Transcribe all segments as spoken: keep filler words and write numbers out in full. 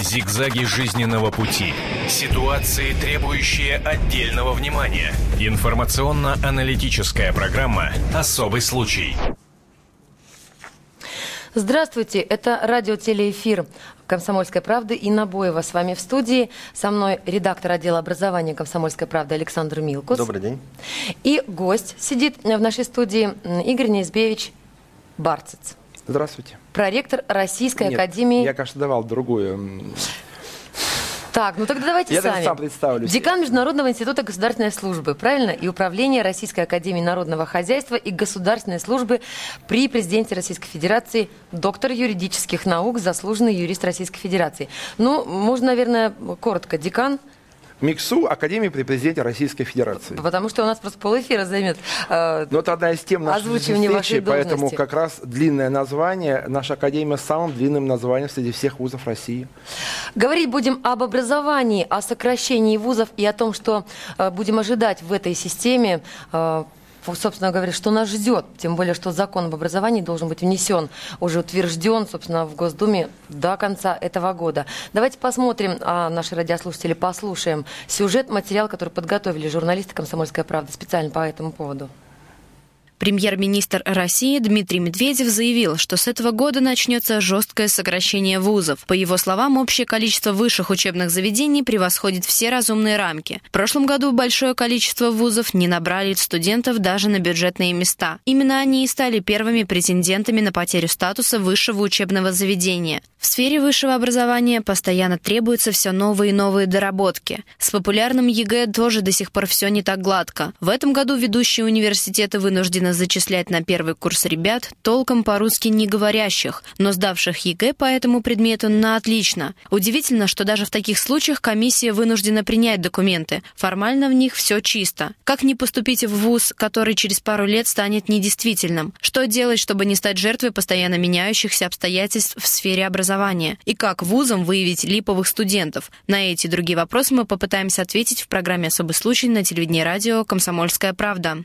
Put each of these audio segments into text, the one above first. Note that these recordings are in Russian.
Зигзаги жизненного пути. Ситуации, требующие отдельного внимания. Информационно-аналитическая программа «Особый случай». Здравствуйте, это радиотелеэфир «Комсомольской правды» Инна Боева. С вами в студии. Со мной редактор отдела образования «Комсомольской правды» Александр Милкус. Добрый день. И гость сидит в нашей студии Игорь Неизбевич Барцец. Здравствуйте. Проректор Российской Нет, академии... я, кажется, давал другую... Так, ну тогда давайте я сами. Я сам представлюсь. Декан Международного института государственной службы, правильно? И управление Российской академии народного хозяйства и государственной службы при президенте Российской Федерации, доктор юридических наук, заслуженный юрист Российской Федерации. Ну, можно, наверное, коротко. Декан... МИКСУ, Академии при президенте Российской Федерации. Потому что у нас просто полэфира займет э, Но это одна из тем нашей встречи, поэтому как раз длинное название. Наша Академия с самым длинным названием среди всех вузов России. Говорить будем об образовании, о сокращении вузов и о том, что э, будем ожидать в этой системе, э, собственно говоря, что нас ждет. Тем более, что закон об образовании должен быть внесен, уже утвержден, собственно, в Госдуме до конца этого года. Давайте посмотрим, а наши радиослушатели послушаем сюжет, материал, который подготовили журналисты «Комсомольская правда» специально по этому поводу. Премьер-министр России Дмитрий Медведев заявил, что с этого года начнется жесткое сокращение вузов. По его словам, общее количество высших учебных заведений превосходит все разумные рамки. В прошлом году большое количество вузов не набрали студентов даже на бюджетные места. Именно они и стали первыми претендентами на потерю статуса высшего учебного заведения. В сфере высшего образования постоянно требуются все новые и новые доработки. С популярным ЕГЭ тоже до сих пор все не так гладко. В этом году ведущие университеты вынуждены зачислять на первый курс ребят, толком по-русски не говорящих, но сдавших ЕГЭ по этому предмету на отлично. Удивительно, что даже в таких случаях комиссия вынуждена принять документы. Формально в них все чисто. Как не поступить в вуз, который через пару лет станет недействительным? Что делать, чтобы не стать жертвой постоянно меняющихся обстоятельств в сфере образования? И как вузам выявить липовых студентов? На эти и другие вопросы мы попытаемся ответить в программе «Особый случай» на телевидении и радио «Комсомольская правда».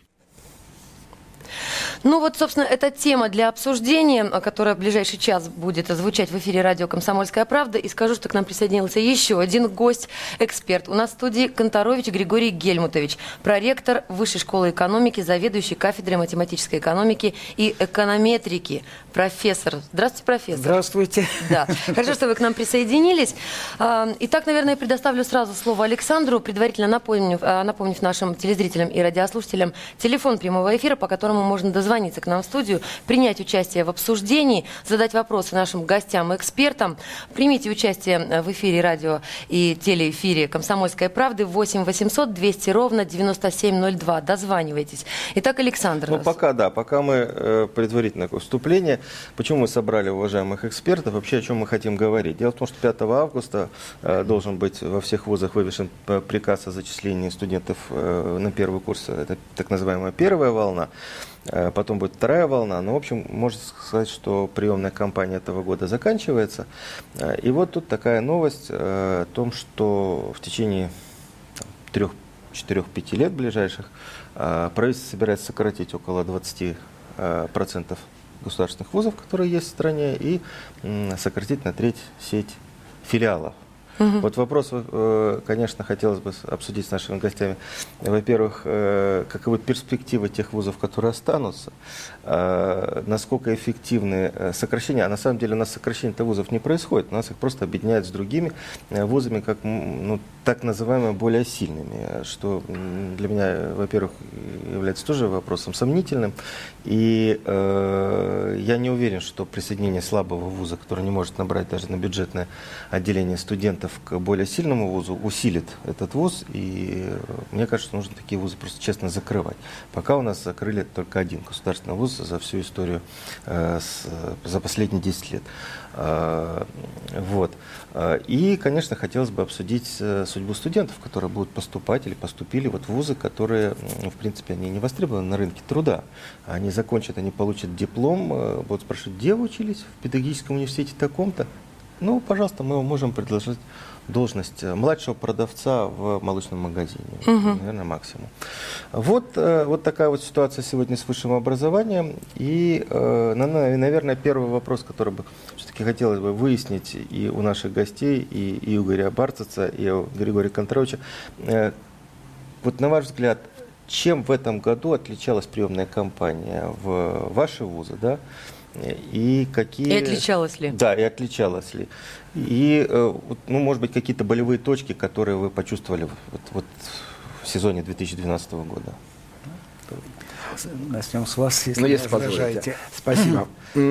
Ну вот, собственно, это тема для обсуждения, которая в ближайший час будет звучать в эфире радио «Комсомольская правда». И скажу, что к нам присоединился еще один гость, эксперт. У нас в студии Конторович Григорий Гельмутович, проректор Высшей школы экономики, заведующий кафедрой математической экономики и эконометрики. Профессор. Здравствуйте, профессор. Здравствуйте. Да. Хорошо, что вы к нам присоединились. Итак, наверное, предоставлю сразу слово Александру, предварительно напомнив, напомнив нашим телезрителям и радиослушателям телефон прямого эфира, по которому можно дозвониться к нам в студию, принять участие в обсуждении, задать вопросы нашим гостям и экспертам. Примите участие в эфире радио и телеэфире «Комсомольской правды» восемь восемьсот двести ровно девяносто семь ноль два. Дозванивайтесь. Итак, Александр. Ну, пока, да, пока мы э, предварительное вступление. Почему мы собрали уважаемых экспертов? Вообще, о чем мы хотим говорить? Дело в том, что пятого августа э, должен быть во всех вузах вывешен приказ о зачислении студентов э, на первый курс. Это так называемая первая волна. Потом будет вторая волна. Но, в общем, можно сказать, что приемная кампания этого года заканчивается. И вот тут такая новость о том, что в течение трех, четырех, пяти лет ближайших правительство собирается сократить около двадцати процентов государственных вузов, которые есть в стране, и сократить на треть сеть филиалов. Угу. Вот вопрос, конечно, хотелось бы обсудить с нашими гостями. Во-первых, каковы перспективы тех вузов, которые останутся, насколько эффективны сокращения. А на самом деле у нас сокращение вузов не происходит, у нас их просто объединяют с другими вузами, как, ну, так называемыми более сильными, что для меня, во-первых, является тоже вопросом сомнительным. И э, я не уверен, что присоединение слабого вуза, который не может набрать даже на бюджетное отделение студентов, к более сильному вузу, усилит этот вуз. И мне кажется, что нужно такие вузы просто честно закрывать. Пока у нас закрыли только один государственный вуз за всю историю, э, с, за последние десять лет. Э, вот. И, конечно, хотелось бы обсудить судьбу студентов, которые будут поступать или поступили вот в вузы, которые, в принципе, они не востребованы на рынке труда. Они закончат, они получат диплом, будут спрашивать, где вы учились? В педагогическом университете таком-то? Ну, пожалуйста, мы можем предложить должность младшего продавца в молочном магазине. Угу. Наверное, максимум. Вот, вот такая вот ситуация сегодня с высшим образованием. И, наверное, первый вопрос, который бы все-таки хотелось бы выяснить и у наших гостей, и, и у Игоря Барцица, и у Григория Контровича. Вот на ваш взгляд, чем в этом году отличалась приемная кампания в ваши вузы, да? И какие... И отличалась ли? Да, и отличалась ли. И, ну, может быть, какие-то болевые точки, которые вы почувствовали вот, вот в сезоне две тысячи двенадцатого года. Начнем с вас, если, ну, если позволите. Спасибо.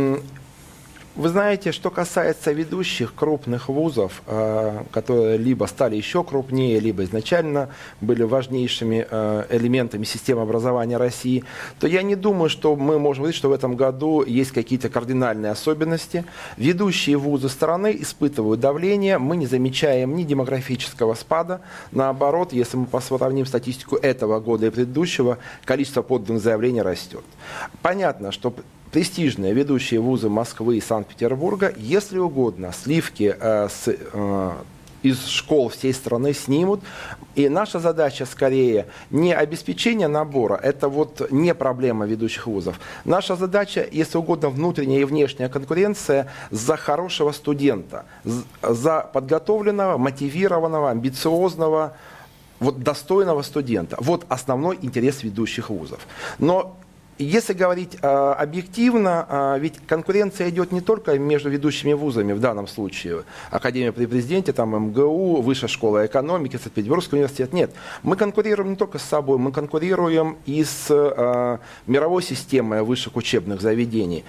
Вы знаете, что касается ведущих крупных вузов, которые либо стали еще крупнее, либо изначально были важнейшими элементами системы образования России, то я не думаю, что мы можем говорить, что в этом году есть какие-то кардинальные особенности. Ведущие вузы страны испытывают давление, мы не замечаем ни демографического спада. Наоборот, если мы посмотрим статистику этого года и предыдущего, количество поданных заявлений растет. Понятно, что престижные ведущие вузы Москвы и Санкт-Петербурга, если угодно, сливки э, с, э, из школ всей страны снимут. И наша задача скорее не обеспечение набора, это вот не проблема ведущих вузов. Наша задача, если угодно, внутренняя и внешняя конкуренция за хорошего студента, за подготовленного, мотивированного, амбициозного, вот достойного студента. Вот основной интерес ведущих вузов. Но если говорить э, объективно, э, ведь конкуренция идет не только между ведущими вузами, в данном случае Академия при президенте, там эм гэ у, Высшая школа экономики, Санкт-Петербургский университет. Нет, мы конкурируем не только с собой, мы конкурируем и с э, мировой системой высших учебных заведений.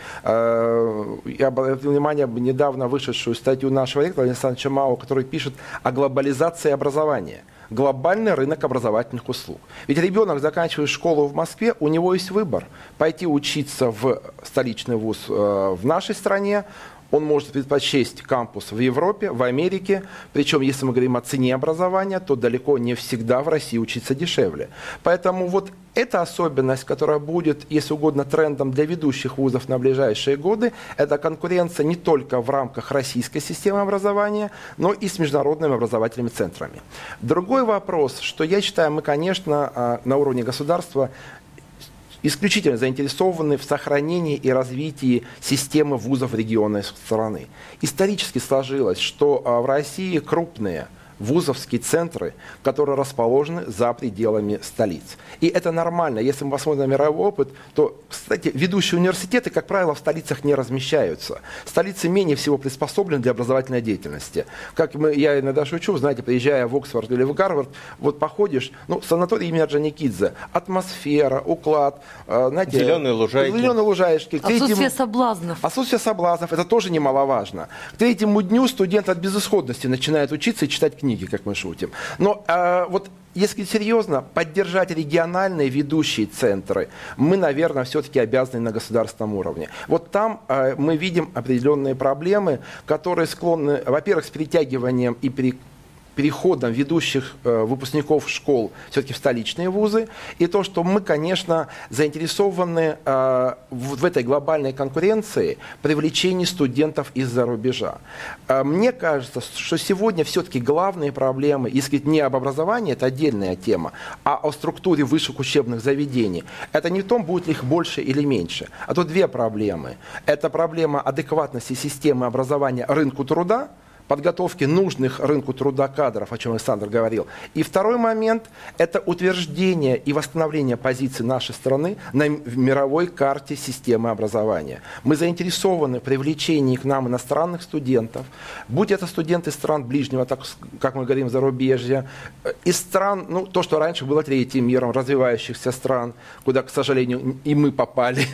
Э, я обратил внимание недавно вышедшую статью нашего ректора Александра Мау, который пишет о глобализации образования. Глобальный рынок образовательных услуг. Ведь ребенок, заканчивая школу в Москве, у него есть выбор. Пойти учиться в столичный вуз э, в нашей стране, он может предпочесть кампус в Европе, в Америке. Причем, если мы говорим о цене образования, то далеко не всегда в России учиться дешевле. Поэтому вот эта особенность, которая будет, если угодно, трендом для ведущих вузов на ближайшие годы, это конкуренция не только в рамках российской системы образования, но и с международными образовательными центрами. Другой вопрос, что я считаю, мы, конечно, на уровне государства исключительно заинтересованы в сохранении и развитии системы вузов региона и страны. Исторически сложилось, что в России крупные вузовские центры, которые расположены за пределами столиц. И это нормально. Если мы посмотрим на мировой опыт, то, кстати, ведущие университеты, как правило, в столицах не размещаются. Столицы менее всего приспособлены для образовательной деятельности. Как мы, я иногда шучу, знаете, приезжая в Оксфорд или в Гарвард, вот походишь, ну, санаторий имени Орджоникидзе, атмосфера, уклад, знаете, зеленые лужайки. Зеленые лужайки. Отсутствие третьему, соблазнов. Отсутствие соблазнов, это тоже немаловажно. К третьему дню студент от безысходности начинает учиться и читать книги, как мы шутим. Но э, вот если серьезно, поддержать региональные ведущие центры мы, наверное, все-таки обязаны на государственном уровне. Вот там э, мы видим определенные проблемы, которые склонны, во-первых, с перетягиванием и пере переходом ведущих э, выпускников школ все-таки в столичные вузы, и то, что мы, конечно, заинтересованы э, в, в этой глобальной конкуренции привлечении студентов из-за рубежа. Э, мне кажется, что сегодня все-таки главные проблемы, если не об образовании, это отдельная тема, а о структуре высших учебных заведений, это не в том, будет ли их больше или меньше, а тут две проблемы. Это проблема адекватности системы образования рынку труда, подготовки нужных рынку труда кадров, о чем Александр говорил. И второй момент – это утверждение и восстановление позиции нашей страны на мировой карте системы образования. Мы заинтересованы в привлечении к нам иностранных студентов, будь это студенты стран ближнего, так как мы говорим, зарубежья, из стран, ну, то, что раньше было третьим миром, развивающихся стран, куда, к сожалению, и мы попали,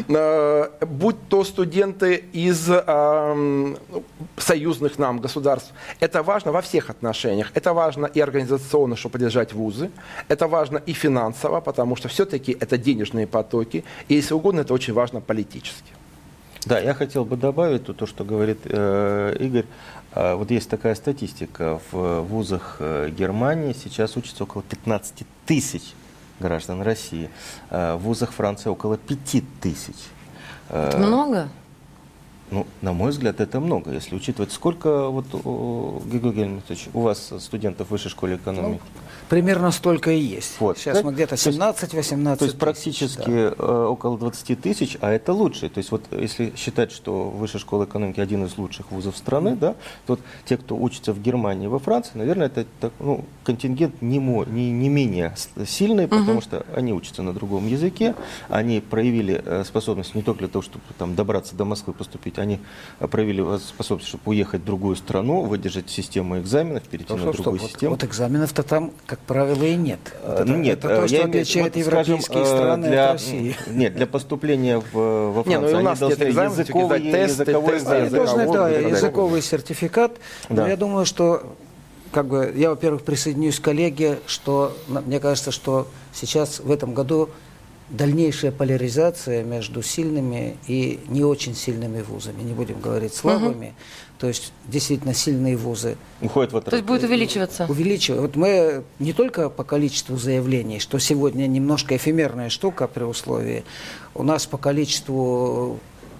будь то студенты из э, союзных нам государств. Это важно во всех отношениях. Это важно и организационно, чтобы поддержать вузы. Это важно и финансово, потому что все-таки это денежные потоки. И, если угодно, это очень важно политически. Да, я хотел бы добавить то, что говорит э, Игорь. Э, вот есть такая статистика. В вузах э, Германии сейчас учатся около пятнадцати тысяч граждан России. Э, в вузах Франции около пяти тысяч. Это много? Ну, на мой взгляд, это много. Если учитывать, сколько, вот, Григорий Гельмутович, у вас студентов в высшей школе экономики? Ну, примерно столько и есть. Вот. Сейчас да? мы где-то семнадцать-восемнадцать То есть практически да. около двадцати тысяч, а это лучше. То есть вот если считать, что Высшая школа экономики один из лучших вузов страны, mm-hmm. да, то вот те, кто учится в Германии и во Франции, наверное, это так, ну, контингент не, мо, не, не менее сильный, mm-hmm. потому что они учатся на другом языке, они проявили способность не только для того, чтобы там, добраться до Москвы, поступить, они проявили способность, чтобы уехать в другую страну, выдержать систему экзаменов, перейти стоп, на другую стоп, систему. Вот, вот экзаменов-то там, как правило, и нет. Это, нет, это то, что я отличает имею, европейские скажем, страны для, от России. Нет, для поступления в, во Францию не, ну, у нас они должны экзамен, языковые, тесты, языковые тесты, Они экзамены. должны, вот, да, да, языковый да. сертификат. Да. Но я думаю, что как бы, я, во-первых, присоединюсь к коллеге, что мне кажется, что сейчас в этом году дальнейшая поляризация между сильными и не очень сильными вузами, не будем говорить слабыми, угу. то есть действительно сильные вузы уходят в это. То есть будет увеличиваться? Увеличивать. Вот мы не только по количеству заявлений, что сегодня немножко эфемерная штука при условии, у нас по количеству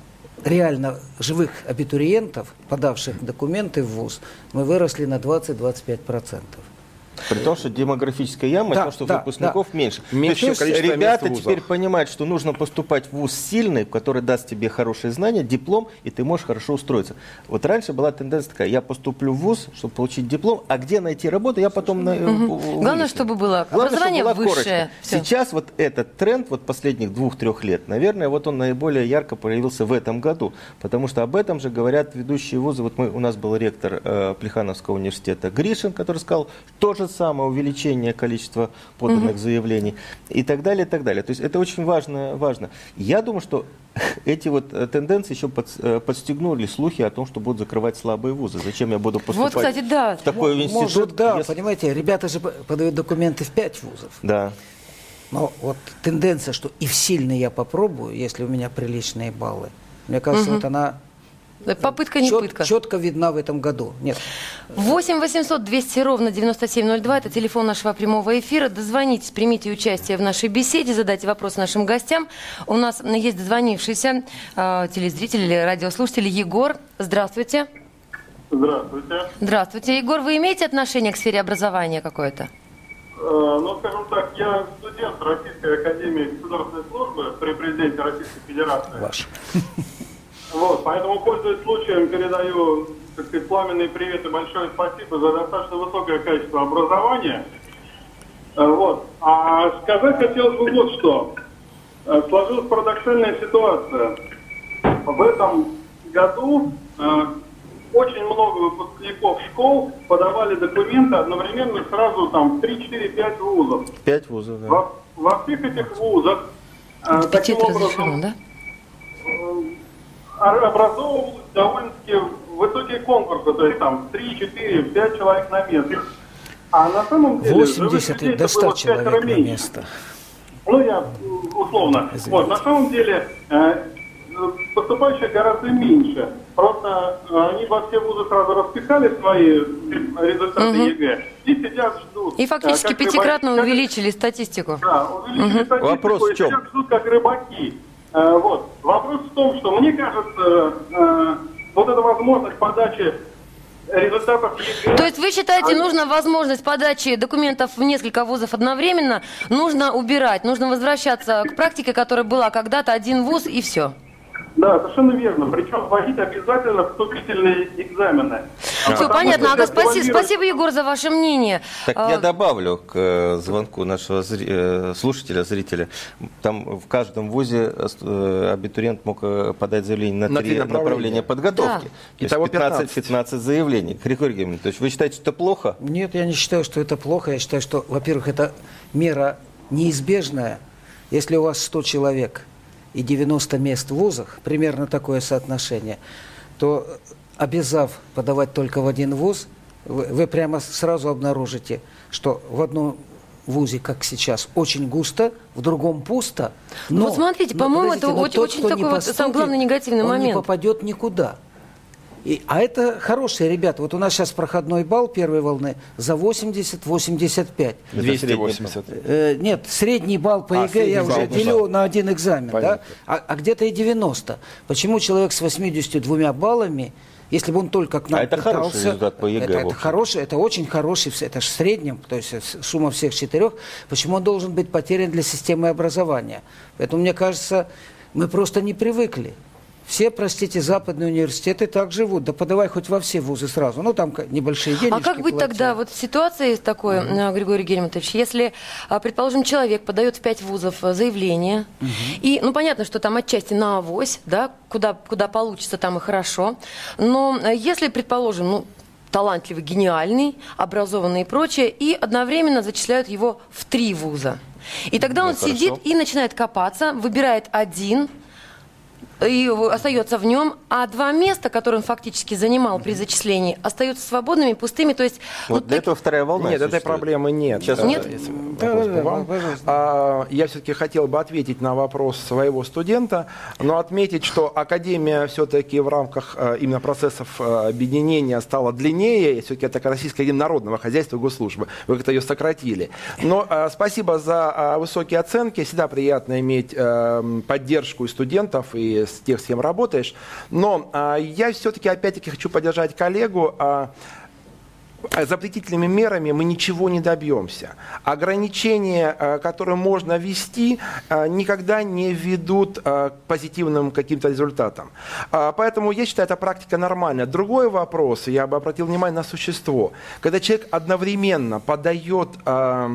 реально живых абитуриентов, подавших документы в вуз, мы выросли на двадцать-двадцать пять процентов. При том, что демографическая яма, да, то, что да, выпускников да. меньше. Меньше То есть количество ребята мест в теперь вузах. понимают, что нужно поступать в вуз сильный, который даст тебе хорошие знания, диплом, и ты можешь хорошо устроиться. Вот раньше была тенденция такая: я поступлю в вуз, чтобы получить диплом, а где найти работу, я потом на, угу. Главное, чтобы было Главное, образование чтобы была высшее. Сейчас вот этот тренд вот последних двух-трех лет, наверное, вот он наиболее ярко проявился в этом году, потому что об этом же говорят ведущие вузы. Вот мы, у нас был ректор э, Плехановского университета Гришин, который сказал то же самое, увеличение количества поданных угу. заявлений и так далее, и так далее. То есть это очень важно. важно. Я думаю, что эти вот тенденции еще под, подстегнули слухи о том, что будут закрывать слабые вузы. Зачем я буду поступать вот, кстати, да. в такой Может, институт? Может, да, если... понимаете, ребята же подают документы в пять вузов. Да. Но вот тенденция, что и в сильный я попробую, если у меня приличные баллы, мне кажется, угу. вот она... Попытка не чет, пытка. Четко видна в этом году. Нет. восемь восемьсот двести ровно девяносто семь ноль два. Это телефон нашего прямого эфира. Дозвонитесь, примите участие в нашей беседе, задайте вопросы нашим гостям. У нас есть дозвонившийся э, телезритель или радиослушатель Егор. Здравствуйте. Здравствуйте. Здравствуйте. Егор, вы имеете отношение к сфере образования какое-то? Э, ну, скажем так, я студент Российской академии государственной службы при президенте Российской Федерации. Ваш. Вот, поэтому, пользуясь случаем, передаю, так сказать, пламенный привет и большое спасибо за достаточно высокое качество образования. Вот. А сказать хотелось бы вот что. Сложилась парадоксальная ситуация. В этом году э, очень много выпускников школ подавали документы одновременно сразу там три-четыре-пять вузов. Пять вузов, да. Во, во всех этих вузах э, таким образом... Да? образовывалось довольно-таки высокие конкурсы, то есть там три, четыре, пять человек на место. А на самом деле... восемьдесят до ста человек на место. Ну, я условно. Извините. Вот, на самом деле э, поступающих гораздо меньше. Просто э, они во все вузы сразу расписали свои результаты угу. ЕГЭ и сидят, ждут. И фактически пятикратно рыбаки, увеличили как... статистику. Да, увеличили угу. статистику. Вопрос и в чем? сидят, ждут как рыбаки. Э, вот. Вопрос в том, что мне кажется, э, вот эта возможность подачи результатов ЕГЭ... То есть вы считаете, нужно возможность подачи документов в несколько вузов одновременно, нужно убирать, нужно возвращаться к практике, которая была когда-то один вуз и все? Да, совершенно верно. Причем вводить обязательно вступительные экзамены. А все понятно. Ага, спасибо, спасибо, Егор, за ваше мнение. Так а... я добавлю к э, звонку нашего зри... э, слушателя, зрителя. Там в каждом вузе э, абитуриент мог подать заявление на, на три направления, направления подготовки. Да. То есть пятнадцать-пятнадцать заявлений. Григорий Германович, то есть вы считаете, что это плохо? Нет, я не считаю, что это плохо. Я считаю, что, во-первых, это мера неизбежная. Если у вас сто человек и девяносто мест в вузах, примерно такое соотношение, то, обязав подавать только в один вуз, вы, вы прямо сразу обнаружите, что в одном вузе, как сейчас, очень густо, в другом пусто. Но, ну, вот смотрите, по-моему, это но очень, тот, очень такой вот поступит, самый главный негативный он момент. Он не попадет никуда. И, а это хорошие ребята. Вот у нас сейчас проходной балл первой волны за восемьдесят — восемьдесят пять. двести восемьдесят. Э, нет, средний балл по А, ЕГЭ я уже балл, делю да. на один экзамен. Да? А, а где-то и девяносто. Почему человек с восьмидесятью двумя баллами, если бы он только к нам а это пытался, хороший результат по ЕГЭ? Это, это хороший, это очень хороший, это же в среднем, то есть сумма всех четырех. Почему он должен быть потерян для системы образования? Поэтому, мне кажется, мы просто не привыкли. Все, простите, западные университеты так живут. Да подавай хоть во все вузы сразу. Ну, там небольшие денежки. А как быть платят. тогда вот в ситуации такой, mm-hmm. Григорий Гельмутович, если, предположим, человек подает в пять вузов заявление, mm-hmm. и, ну, понятно, что там отчасти на авось, да, куда, куда получится, там и хорошо, но если, предположим, ну, талантливый, гениальный, образованный и прочее, и одновременно зачисляют его в три вуза. И тогда он ну, сидит хорошо. И начинает копаться, выбирает один, и остается в нем, а два места, которые он фактически занимал при зачислении, остаются свободными, пустыми. То есть, вот ну, для так... этого вторая волна. Нет, этой проблемы нет. Сейчас нет? Да, да, да, вам. А, я все-таки хотел бы ответить на вопрос своего студента, но отметить, что Академия все-таки в рамках а, именно процессов а, объединения стала длиннее, все-таки это Российская Академия народного хозяйства и госслужбы. Вы как-то ее сократили. Но а, спасибо за а, высокие оценки. Всегда приятно иметь а, поддержку и студентов, и с тех, с кем работаешь. Но а, я все-таки опять-таки хочу поддержать коллегу. А, запретительными мерами мы ничего не добьемся. Ограничения, а, которые можно ввести, а, никогда не ведут а, к позитивным каким-то результатам. А, поэтому я считаю, эта практика нормальная. Другой вопрос, я бы обратил внимание на существо. Когда человек одновременно подает а,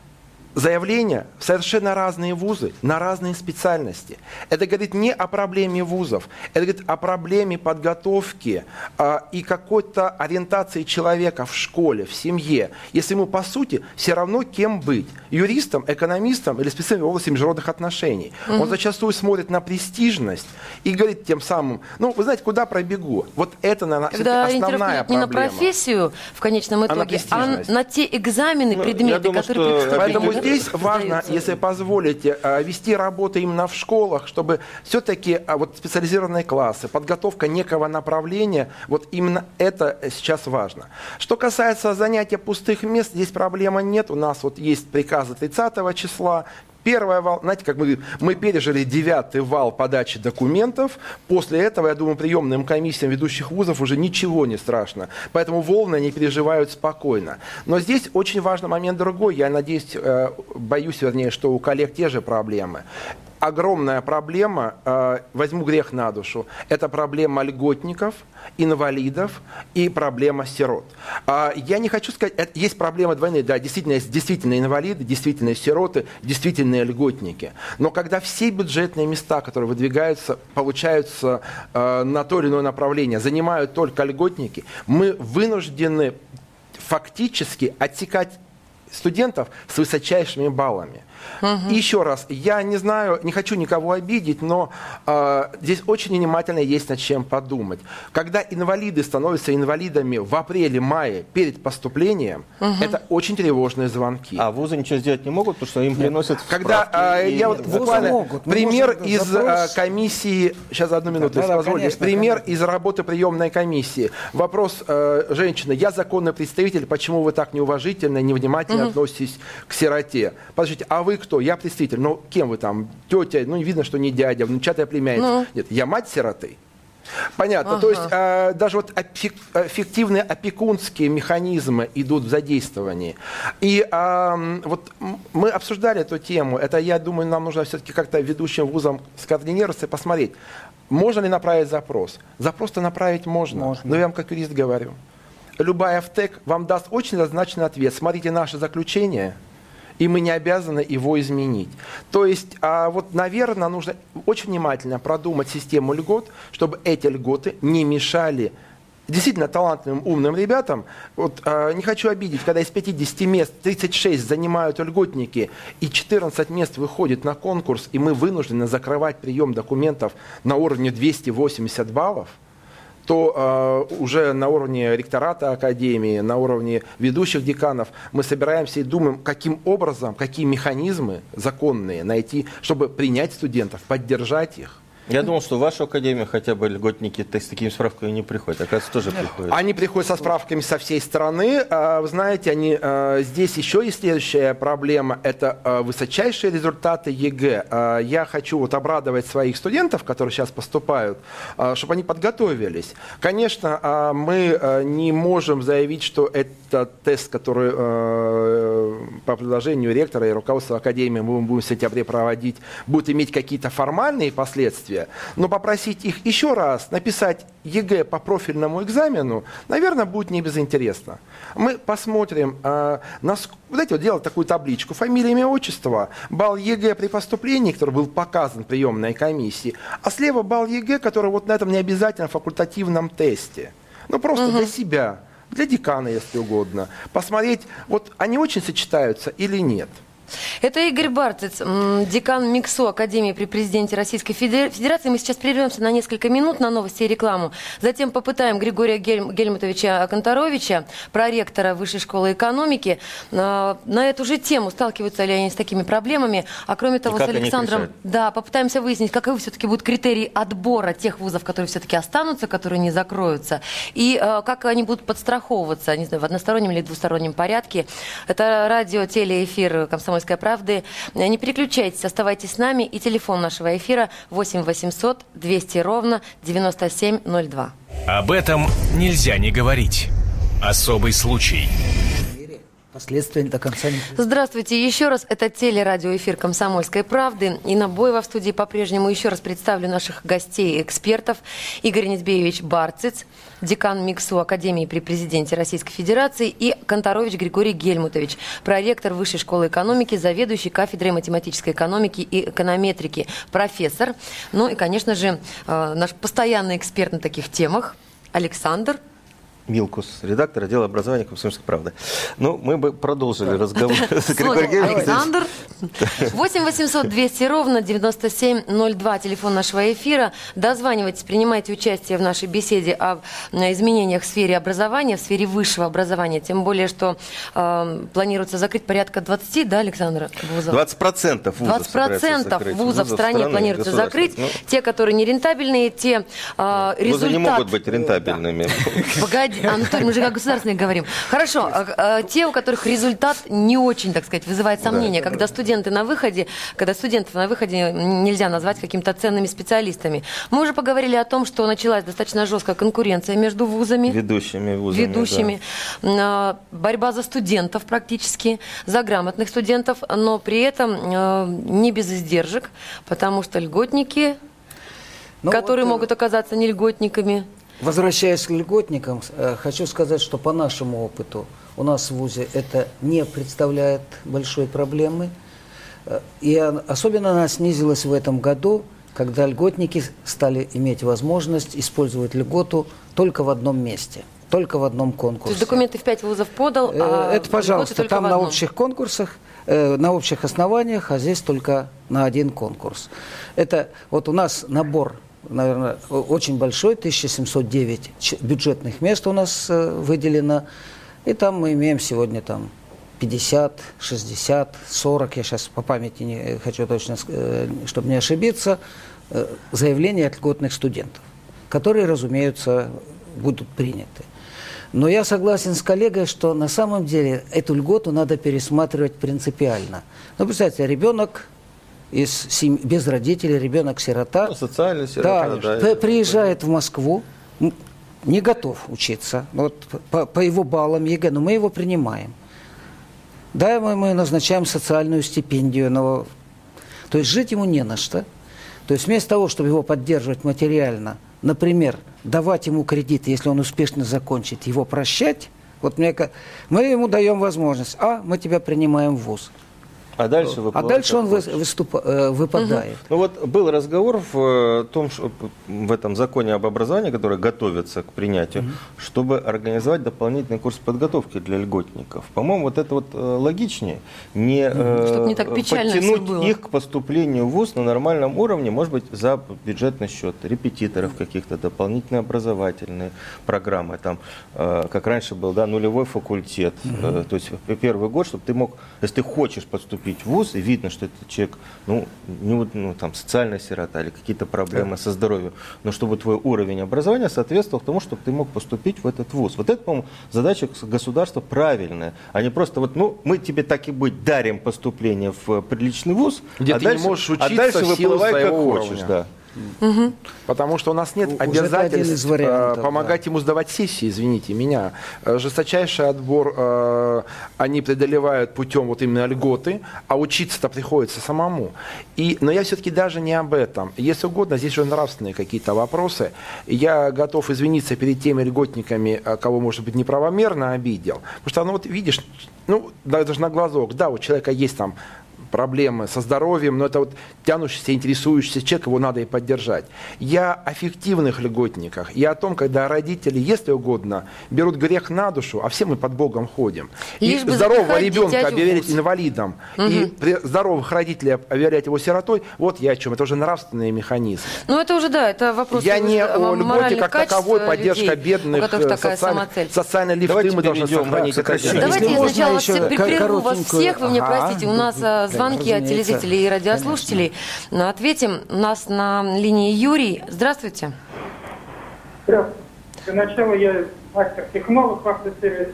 заявления в совершенно разные вузы, на разные специальности. Это говорит не о проблеме вузов, это говорит о проблеме подготовки а, и какой-то ориентации человека в школе, в семье. Если ему, по сути, все равно кем быть. Юристом, экономистом или специалистом в области международных отношений. Mm-hmm. Он зачастую смотрит на престижность и говорит тем самым, ну, вы знаете, куда пробегу? Вот это, наверное, когда основная проблема. Не на профессию в конечном итоге, а на, а на те экзамены, ну, предметы, думаю, которые... Что... Поэтому здесь важно, если позволите, вести работу именно в школах, чтобы все-таки вот специализированные классы, подготовка некого направления, вот именно это сейчас важно. Что касается занятия пустых мест, здесь проблемы нет. У нас вот есть приказы тридцатого числа. Первая вал, знаете, как мы, мы пережили девятый вал подачи документов. После этого, я думаю, приемным комиссиям ведущих вузов уже ничего не страшно. Поэтому волны не переживают спокойно. Но здесь очень важный момент другой. Я надеюсь, боюсь, вернее, что у коллег те же проблемы. Огромная проблема, возьму грех на душу, это проблема льготников, инвалидов и проблема сирот. Я не хочу сказать, есть проблема двойные, да, действительно есть действительно инвалиды, действительно сироты, действительно льготники. Но когда все бюджетные места, которые выдвигаются, получаются на то или иное направление, занимают только льготники, мы вынуждены фактически отсекать студентов с высочайшими баллами. Угу. И еще раз, я не знаю, не хочу никого обидеть, но э, здесь очень внимательно есть над чем подумать. Когда инвалиды становятся инвалидами в апреле-мае перед поступлением, угу. это очень тревожные звонки. А вузы ничего сделать не могут, потому что им приносят Когда э, я вот буквально могут. пример из запрос... э, комиссии, сейчас одну минуту, да, если да, позволите, конечно, пример конечно. из работы приемной комиссии. Вопрос э, женщины, я законный представитель, почему вы так неуважительно, невнимательно угу. относитесь к сироте? Подождите, а вы кто? Я представитель. Ну, кем вы там? Тетя? Ну, видно, что не дядя, внучатая племянница. Ну. Нет, я мать сироты. Понятно. Ага. То есть э, даже вот эффективные опекунские механизмы идут в задействовании. И э, вот мы обсуждали эту тему. Это, я думаю, нам нужно все-таки как-то ведущим вузам скоординироваться и посмотреть, можно ли направить запрос. Запрос-то направить можно. можно. Но я вам как юрист говорю. Любая ФТЭК вам даст очень однозначный ответ. Смотрите наше заключение, и мы не обязаны его изменить. То есть, а вот, наверное, нужно очень внимательно продумать систему льгот, чтобы эти льготы не мешали действительно талантливым, умным ребятам. Вот, а, не хочу обидеть, когда из пятидесяти мест тридцать шесть занимают льготники, и четырнадцать мест выходит на конкурс, и мы вынуждены закрывать прием документов на уровне двести восемьдесят баллов, то э, уже на уровне ректората академии, на уровне ведущих деканов мы собираемся и думаем, каким образом, какие механизмы законные найти, чтобы принять студентов, поддержать их. Я думал, что в вашу академию хотя бы льготники с такими справками не приходят. Оказывается, тоже приходят. Они приходят со справками со всей страны. Вы знаете, они, здесь еще есть следующая проблема. Это высочайшие результаты ЕГЭ. Я хочу вот обрадовать своих студентов, которые сейчас поступают, чтобы они подготовились. Конечно, мы не можем заявить, что это тест, который по предложению ректора и руководства академии мы будем в сентябре проводить, будет иметь какие-то формальные последствия. Но попросить их еще раз написать ЕГЭ по профильному экзамену, наверное, будет не безинтересно. Мы посмотрим, э, нас, знаете, вот делать такую табличку: фамилия, имя, отчество, балл ЕГЭ при поступлении, который был показан приемной комиссии, а слева балл ЕГЭ, который вот на этом необязательном факультативном тесте. Ну, просто угу. для себя, для декана, если угодно. Посмотреть, вот они очень сочетаются или нет. Это Игорь Барцец, декан МИКСО Академии при президенте Российской Федерации. Мы сейчас прервемся на несколько минут на новости и рекламу. Затем попытаем Григория Гель... Гельмутовича Конторовича, проректора Высшей школы экономики, на эту же тему, сталкиваются ли они с такими проблемами. А кроме того, с Александром, да, попытаемся выяснить, каковы все-таки будут критерии отбора тех вузов, которые все-таки останутся, которые не закроются, и э, как они будут подстраховываться, не знаю, в одностороннем или двустороннем порядке. Это радио, телеэфир «Комсомольской правды». Не переключайтесь, оставайтесь с нами. И телефон нашего эфира восемь восемьсот двести ровно девяносто семь ноль два. Об этом нельзя не говорить. Особый случай. Последствия до конца не... Здравствуйте еще раз. Это телерадиоэфир «Комсомольской правды». Инна Боева в студии по-прежнему. Еще раз представлю наших гостей, экспертов. Игорь Низбеевич Барцец, декан МИКСУ Академии при президенте Российской Федерации, и Конторович Григорий Гельмутович, проректор Высшей школы экономики, заведующий кафедрой математической экономики и эконометрики, профессор. Ну и, конечно же, наш постоянный эксперт на таких темах Александр Милкус, редактор отдела образования «Комсомольской правды». Ну, мы бы продолжили разговор с Григорием. Александр. восемь восемьсот двести ровно девяносто семь ноль два, телефон нашего эфира. Дозванивайтесь, принимайте участие в нашей беседе о изменениях в сфере образования, в сфере высшего образования. Тем более, что э, планируется закрыть порядка двадцати, да, Александр, вузов? двадцать процентов вузов. двадцать процентов вузов в стране планируется закрыть. Ну, те, которые не рентабельные, те э, результаты... Вузы не могут быть рентабельными. Погоди. Анатолий, мы же как государственные говорим. Хорошо, а, а, те, у которых результат не очень, так сказать, вызывает сомнения, да, когда студенты на выходе, когда студентов на выходе нельзя назвать какими-то ценными специалистами. Мы уже поговорили о том, что началась достаточно жесткая конкуренция между вузами. Ведущими вузами. Ведущими. Да. Борьба за студентов практически, за грамотных студентов, но при этом э, не без издержек, потому что льготники, ну, которые вот, могут оказаться не льготниками. Возвращаясь к льготникам, хочу сказать, что по нашему опыту у нас в ВУЗе это не представляет большой проблемы. И особенно она снизилась в этом году, когда льготники стали иметь возможность использовать льготу только в одном месте, только в одном конкурсе. То есть документы в пять вузов подал, а это, пожалуйста, там на общих конкурсах, на общих основаниях, а здесь только на один конкурс. Это вот у нас набор, наверное, очень большой, тысяча семьсот девять бюджетных мест у нас э, выделено. И там мы имеем сегодня там пятьдесят, шестьдесят, сорок, я сейчас по памяти не хочу точно, э, чтобы не ошибиться, э, заявления от льготных студентов, которые, разумеется, будут приняты. Но я согласен с коллегой, что на самом деле эту льготу надо пересматривать принципиально. Ну, представьте, ребенок из семьи, без родителей, ребенок-сирота, ну, социальный сирота, да, да, приезжает в Москву, не готов учиться, вот, по, по его баллам ЕГЭ, но мы его принимаем. Да, мы, мы назначаем социальную стипендию, но, то есть жить ему не на что. То есть вместо того, чтобы его поддерживать материально, например, давать ему кредит, если он успешно закончит, его прощать, вот мне, мы ему даем возможность, а мы тебя принимаем в вуз. А дальше, а дальше он выступ, э, выпадает. Угу. Ну вот был разговор в том, что в этом законе об образовании, который готовится к принятию, угу. чтобы организовать дополнительный курс подготовки для льготников. По-моему, вот это вот логичнее. Не, угу. не так подтянуть их к поступлению в вуз на нормальном уровне, может быть, за бюджетный счет, репетиторов каких-то, дополнительные образовательные программы. Там, как раньше был, да, нулевой факультет. Угу. То есть первый год, чтобы ты мог, если ты хочешь поступить поступить в вуз, и видно, что этот человек, ну, не вот, ну, там, социальная сирота или какие-то проблемы да. со здоровьем, но чтобы твой уровень образования соответствовал тому, чтобы ты мог поступить в этот вуз. Вот это, по-моему, задача государства правильная, а не просто вот, ну, мы тебе так и быть дарим поступление в приличный вуз, где а ты дальше, не можешь учиться а дальше в силу выплывай как своего хочешь, уровня. да. Угу. Потому что у нас нет У, обязательств вариантов, помогать да. ему сдавать сессии, извините меня. Жесточайший отбор э, они преодолевают путем вот именно льготы, а учиться-то приходится самому. И, но я все-таки даже не об этом. Если угодно, здесь уже нравственные какие-то вопросы. Я готов извиниться перед теми льготниками, кого, может быть, неправомерно обидел. Потому что, ну вот видишь, ну даже на глазок, да, у человека есть там проблемы со здоровьем, но это вот тянущийся, интересующийся человек, его надо и поддержать. Я о фиктивных льготниках, я о том, когда родители, если угодно, берут грех на душу, а все мы под Богом ходим. Лишь и бы здорового ребенка объявлять вуз. инвалидом, Угу. и здоровых родителей объявлять его сиротой, вот я о чем. Это уже нравственные механизмы. Ну это уже, да, это вопрос Я не о льготе как таковой, поддержка людей, бедных, у которых такая социальных, самоцель. социальные лифты Давайте мы должны перейдем сохранить. к сокращению. Давайте я Можно сначала еще все прерву вас коротенькую- всех, вы мне Ага. простите, у нас а, звонки от Разумеется. телезрителей и радиослушателей. Ответим. У нас на линии Юрий. Здравствуйте. Здравствуйте. Для начала я мастер-технолог в автосервисе.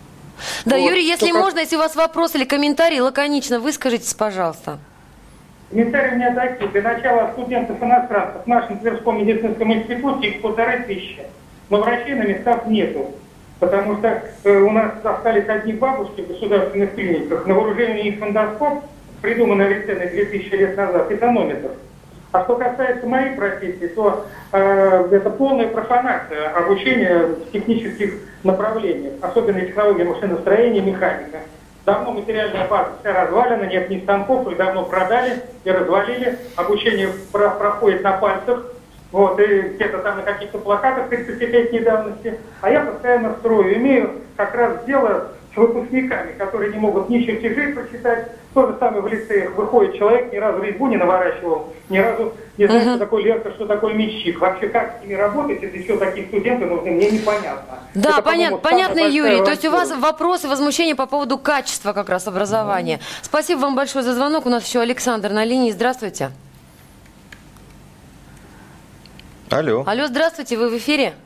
Да, Вот. Юрий, если Только- можно, если у вас вопрос или комментарий, лаконично выскажитесь, пожалуйста. Комментарии у меня такие. Для начала студентов-иностранцев в нашем Тверском медицинском институте их полторы тысячи. Но врачей на местах нету. Потому что э, у нас остались одни бабушки в государственных клиниках. На вооружении их фондоскоп, придуманный Авиценной две тысячи лет назад, и тонометр. А что касается моей профессии, то э, это полная профанация обучения в технических направлениях, особенно технологии машиностроения, механика. Давно материальная база вся развалена, нет ни станков, их давно продали и развалили. Обучение про- проходит на пальцах, вот, и где-то там на каких-то плакатах тридцатилетней давности. А я постоянно строю, имею как раз дело с выпускниками, которые не могут ни чертежей прочитать. То же самое в лицеях. Выходит человек, ни разу резьбу не наворачивал, ни разу не знает, uh-huh. что такое лерка, что такое мечник. Вообще, как с ними работать, если еще такие студенты нужны, мне непонятно. Да, Это, понятно, понятно, самая Юрий. большая То есть у вас возможность. вопросы, возмущения по поводу качества как раз образования. Mm-hmm. Спасибо вам большое за звонок. У нас еще Александр на линии. Здравствуйте. Алло. Алло, здравствуйте, вы в эфире?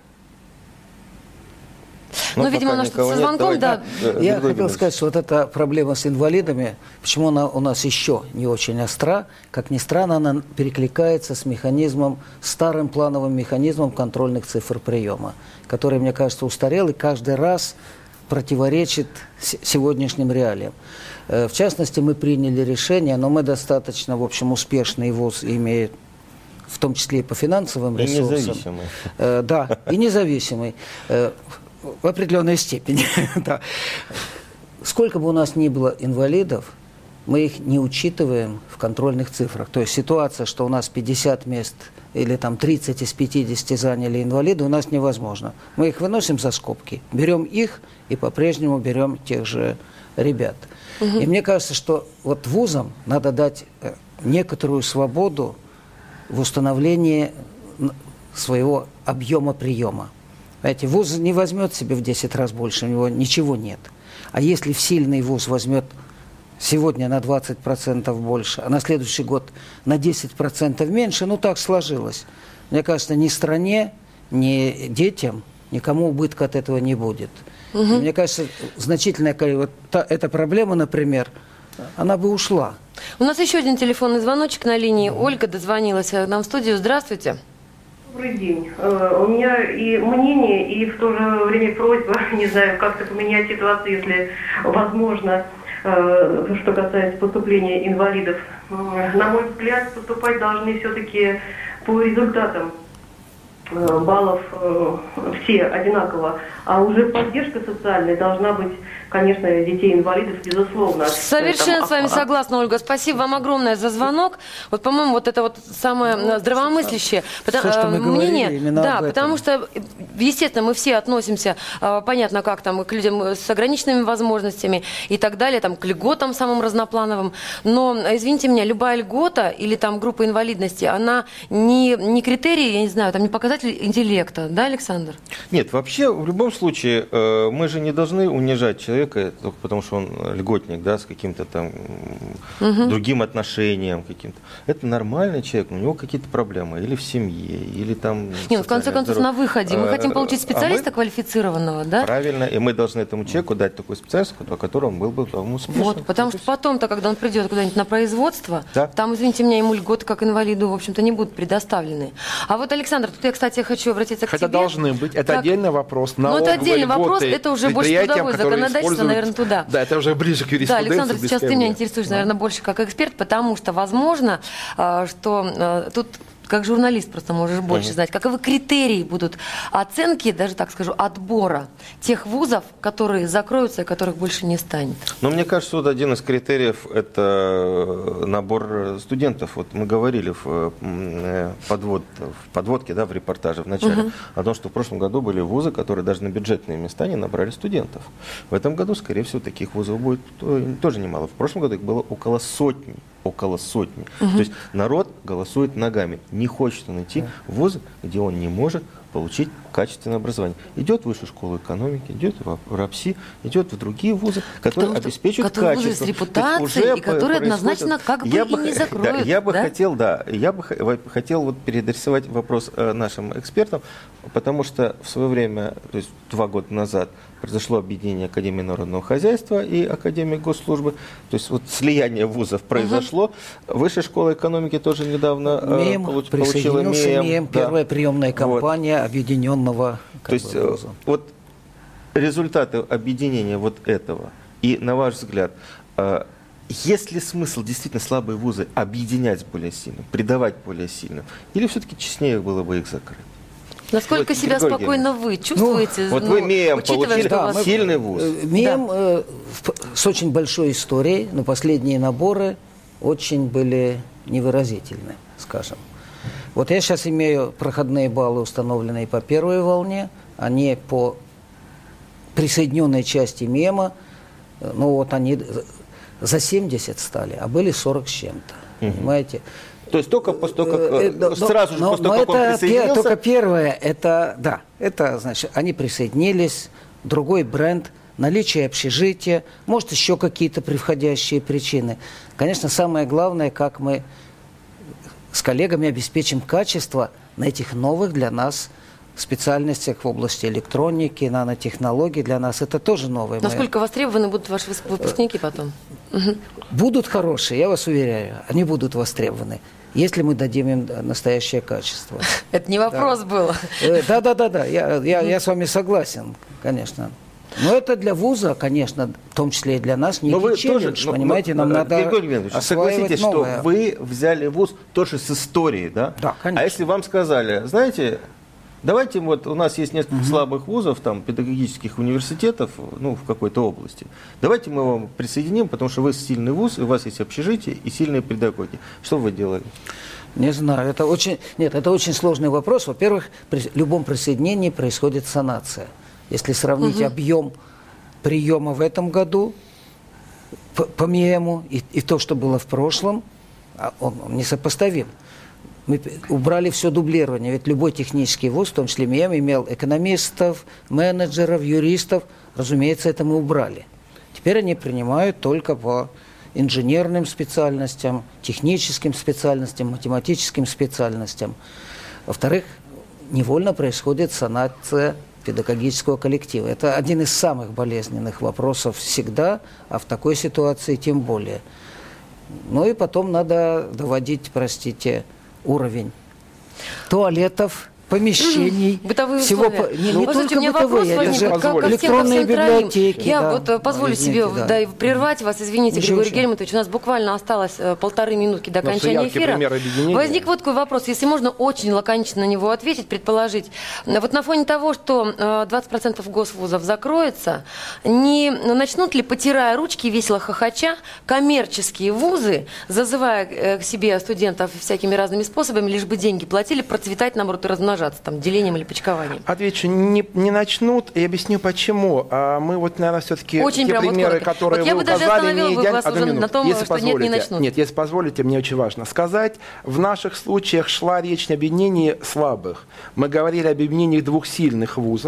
Ну, ну, видимо, у нас что-то со звонком, да. Я хотел сказать, что вот эта проблема с инвалидами, почему она у нас еще не очень остра, как ни странно, она перекликается с механизмом, старым плановым механизмом контрольных цифр приема, который, мне кажется, устарел и каждый раз противоречит сегодняшним реалиям. В частности, мы приняли решение, но мы достаточно, в общем, успешный вуз имеет, в том числе и по финансовым ресурсам. И независимый. Э, да, и независимый. Э, в определенной степени. Да. Сколько бы у нас ни было инвалидов, мы их не учитываем в контрольных цифрах. То есть ситуация, что у нас пятьдесят мест или там тридцать из пятидесяти заняли инвалиды, у нас невозможно. Мы их выносим за скобки, берем их и по-прежнему берем тех же ребят. Угу. И мне кажется, что вот вузам надо дать некоторую свободу в установлении своего объема приема. Знаете, вуз не возьмет себе в десять раз больше, у него ничего нет. А если в сильный вуз возьмет сегодня на двадцать процентов больше, а на следующий год на десять процентов меньше, ну так сложилось. Мне кажется, ни стране, ни детям, никому убытка от этого не будет. Угу. Мне кажется, значительная вот та, эта проблема, например, она бы ушла. У нас еще один телефонный звоночек на линии. Ольга дозвонилась к нам в студию. Здравствуйте. Добрый день. У меня и мнение, и в то же время просьба, не знаю, как-то поменять ситуацию, если возможно, что касается поступления инвалидов. На мой взгляд, поступать должны все-таки по результатам баллов все одинаково, а уже поддержка социальная должна быть, конечно, детей-инвалидов, безусловно. Совершенно там, с вами а, согласна, Ольга. Спасибо вам огромное за звонок. Вот, по-моему, вот это вот самое ну, здравомыслящее потому, все, что мы мнение. Говорили, да, потому что, естественно, мы все относимся, понятно, как там, к людям с ограниченными возможностями и так далее, там, к льготам самым разноплановым. Но, извините меня, любая льгота или там группа инвалидности, она не, не критерий, я не знаю, там не показатель интеллекта, да, Александр? Нет, вообще, в любом случае, мы же не должны унижать человека человека, только потому что он льготник, да, с каким-то там угу. другим отношением каким-то. Это нормальный человек, у него какие-то проблемы или в семье, или там... Нет, в конце концов, здоровье. На выходе мы хотим получить специалиста а мы... квалифицированного, да? Правильно, и мы должны этому человеку дать такой специалист, о котором был бы там успешен. Вот, потому что потом-то, когда он придет куда-нибудь на производство, да. там, извините меня, ему льготы как инвалиду, в общем-то, не будут предоставлены. А вот, Александр, тут я, кстати, хочу обратиться к Хотя тебе. должны быть, это как... отдельный вопрос. Ну, это отдельный вопрос, это уже больше трудовое законодательство, наверное, туда. Да, это уже ближе к юриспруденции. Да, Александр, сейчас ты меня интересуешь, да. наверное, больше как эксперт, потому что, возможно, что тут... Как журналист просто можешь больше uh-huh. знать, каковы критерии будут оценки, даже так скажу, отбора тех вузов, которые закроются и которых больше не станет? Ну, мне кажется, вот один из критериев – это набор студентов. Вот мы говорили в, подвод, в подводке, да, в репортаже в начале, uh-huh. о том, что в прошлом году были вузы, которые даже на бюджетные места не набрали студентов. В этом году, скорее всего, таких вузов будет тоже немало. В прошлом году их было около сотни. Около сотни. Uh-huh. То есть народ голосует ногами. Не хочет он идти в вузы, где он не может получить качественное образование. Идет в высшую школу экономики, идет в РАПСИ, идет в другие вузы, которые Потому обеспечивают которые качество. Вузы с репутацией, и которые однозначно как бы я и бы, не закроют. Да, я бы да? хотел, да, я бы хотел вот переадресовать вопрос нашим экспертам, потому что в свое время, то есть два года назад, произошло объединение Академии народного хозяйства и Академии госслужбы. То есть вот слияние вузов произошло. Угу. Высшая школа экономики тоже недавно МИЭМ, получ, получила МИЭМ. МИЭМ, да. Первая приемная кампания вот. Объединенного То есть вуза. Вот результаты объединения вот этого. И на ваш взгляд, есть ли смысл действительно слабые вузы объединять более сильным, придавать более сильным? Или все-таки честнее было бы их закрыть? Насколько вот, себя спокойно вы чувствуете? Ну, вот ну, вы МИЭМ получили, да, вас... сильный вуз. МИЭМ да. э, с очень большой историей, но последние наборы очень были невыразительны, скажем. Вот я сейчас имею проходные баллы, установленные по первой волне, они по присоединенной части МИЭМа, ну вот они за семьдесят стали, а были сорок с чем-то, угу. понимаете? То есть только после того, как э, сразу же но, после того, как он присоединился? Только первое, это, да, это, значит, они присоединились, другой бренд, наличие общежития, может, еще какие-то превходящие причины. Конечно, самое главное, как мы с коллегами обеспечим качество на этих новых для нас специальностях в области электроники, нанотехнологий. Для нас это тоже новое. Насколько востребованы будут ваши выпускники потом? Будут хорошие, я вас уверяю. Они будут востребованы, если мы дадим им настоящее качество. Это не вопрос да. был. Да-да-да, я, я, я с вами согласен, конечно. Но это для вуза, конечно, в том числе и для нас, не челлендж, тоже, понимаете, но, нам но, надо Григорий согласитесь, новое. Что вы взяли вуз тоже с историей, да? Да, конечно. А если вам сказали, знаете, давайте, вот у нас есть несколько угу. слабых вузов, там, педагогических университетов, ну, в какой-то области, давайте мы вам присоединим, потому что вы сильный вуз, и у вас есть общежитие и сильные педагоги. Что вы делали? Не знаю, это очень, нет, это очень сложный вопрос. Во-первых, при любом присоединении происходит санация. Если сравнить угу. объем приема в этом году по, по МИЭМу и, и то, что было в прошлом, он, он несопоставим. Мы убрали все дублирование, ведь любой технический вуз, в том числе МИЭМ, имел экономистов, менеджеров, юристов. Разумеется, это мы убрали. Теперь они принимают только по инженерным специальностям, техническим специальностям, математическим специальностям. Во-вторых, невольно происходит санация педагогического коллектива. Это один из самых болезненных вопросов всегда, а в такой ситуации тем более. Ну и потом надо доводить, простите, уровень туалетов, помещений, бытовые всего условия. По, не, ну, не только у меня бытовые, вопрос это возник, же как, как электронные библиотеки. Я да. вот позволю Извините, себе да. Да, прервать вас, извините, Ничего, Григорий ничего. Гельмутович, у нас буквально осталось э, полторы минутки до окончания эфира. Возник вот такой вопрос, если можно очень лаконично на него ответить, предположить. Вот на фоне того, что э, двадцать процентов госвузов закроется, не начнут ли, потирая ручки, весело хохоча, коммерческие вузы, зазывая э, к себе студентов всякими разными способами, лишь бы деньги платили, процветать, наоборот, и размножаться, там, делением или почкованием? Отвечу, не, не начнут, и объясню почему. А мы вот, наверное, все-таки очень те примеры, вот которые вот вы указали, не идеально. Одну минуту, на том, если что позволите, нет, не начнут. Нет, если позволите, мне очень важно сказать, в наших случаях шла речь об объединении слабых. Мы говорили об объединении двух сильных вузов,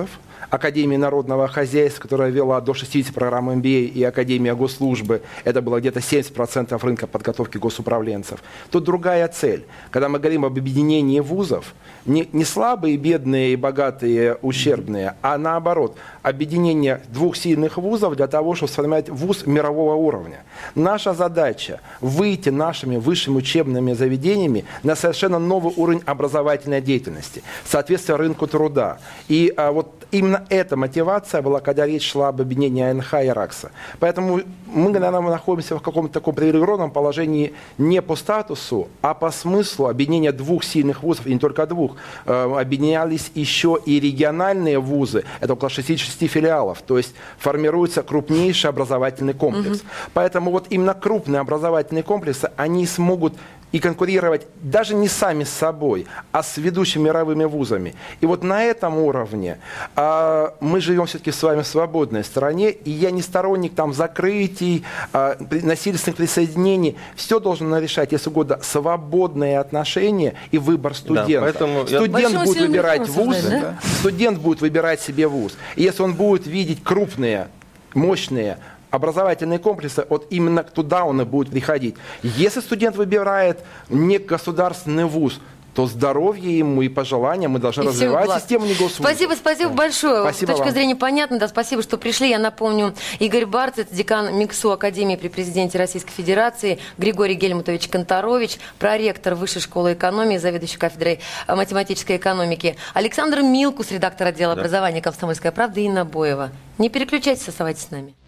Академии народного хозяйства, которая вела до шестидесяти программ эм би эй, и Академия госслужбы, это было где-то семьдесят процентов рынка подготовки госуправленцев. Тут другая цель. Когда мы говорим об объединении вузов, не, не слабые, бедные, богатые, ущербные, а наоборот, объединение двух сильных вузов для того, чтобы сформировать вуз мирового уровня. Наша задача – выйти нашими высшими учебными заведениями на совершенно новый уровень образовательной деятельности, соответственно, рынку труда. И а, вот именно эта мотивация была, когда речь шла об объединении эй эн ха и РАКСа. Поэтому мы, наверное, находимся в каком-то таком привилегированном положении не по статусу, а по смыслу объединения двух сильных вузов, и не только двух. Э, объединялись еще и региональные вузы, это около шестидесяти филиалов, то есть формируется крупнейший образовательный комплекс. Угу. Поэтому вот именно крупные образовательные комплексы, они смогут и конкурировать даже не сами с собой, а с ведущими мировыми вузами. И вот на этом уровне а, мы живем все-таки с вами в свободной стране, и я не сторонник там закрытий, а, насильственных присоединений. Все должно решать, если угодно, свободные отношения и выбор студента. Да, студент я... будет выбирать вуз, да? студент будет выбирать себе вуз. И если он будет видеть крупные, мощные образовательные комплексы, вот именно туда он и будет приходить. Если студент выбирает не государственный вуз, то здоровье ему и пожелания мы должны и развивать систему не госвузов. Спасибо, спасибо большое. Спасибо С точки вам. зрения понятно, да, спасибо, что пришли. Я напомню, Игорь Барц, это декан МИКСУ Академии при президенте Российской Федерации, Григорий Гельмутович Конторович, проректор Высшей школы экономии, заведующий кафедрой математической экономики, Александр Милкус, редактор отдела да. образования «Комсомольская правда», и Инна Боева. Не переключайтесь, оставайтесь с нами.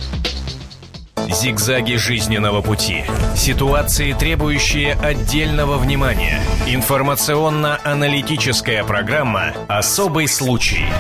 Зигзаги жизненного пути. Ситуации, требующие отдельного внимания. Информационно-аналитическая программа «Особый случай».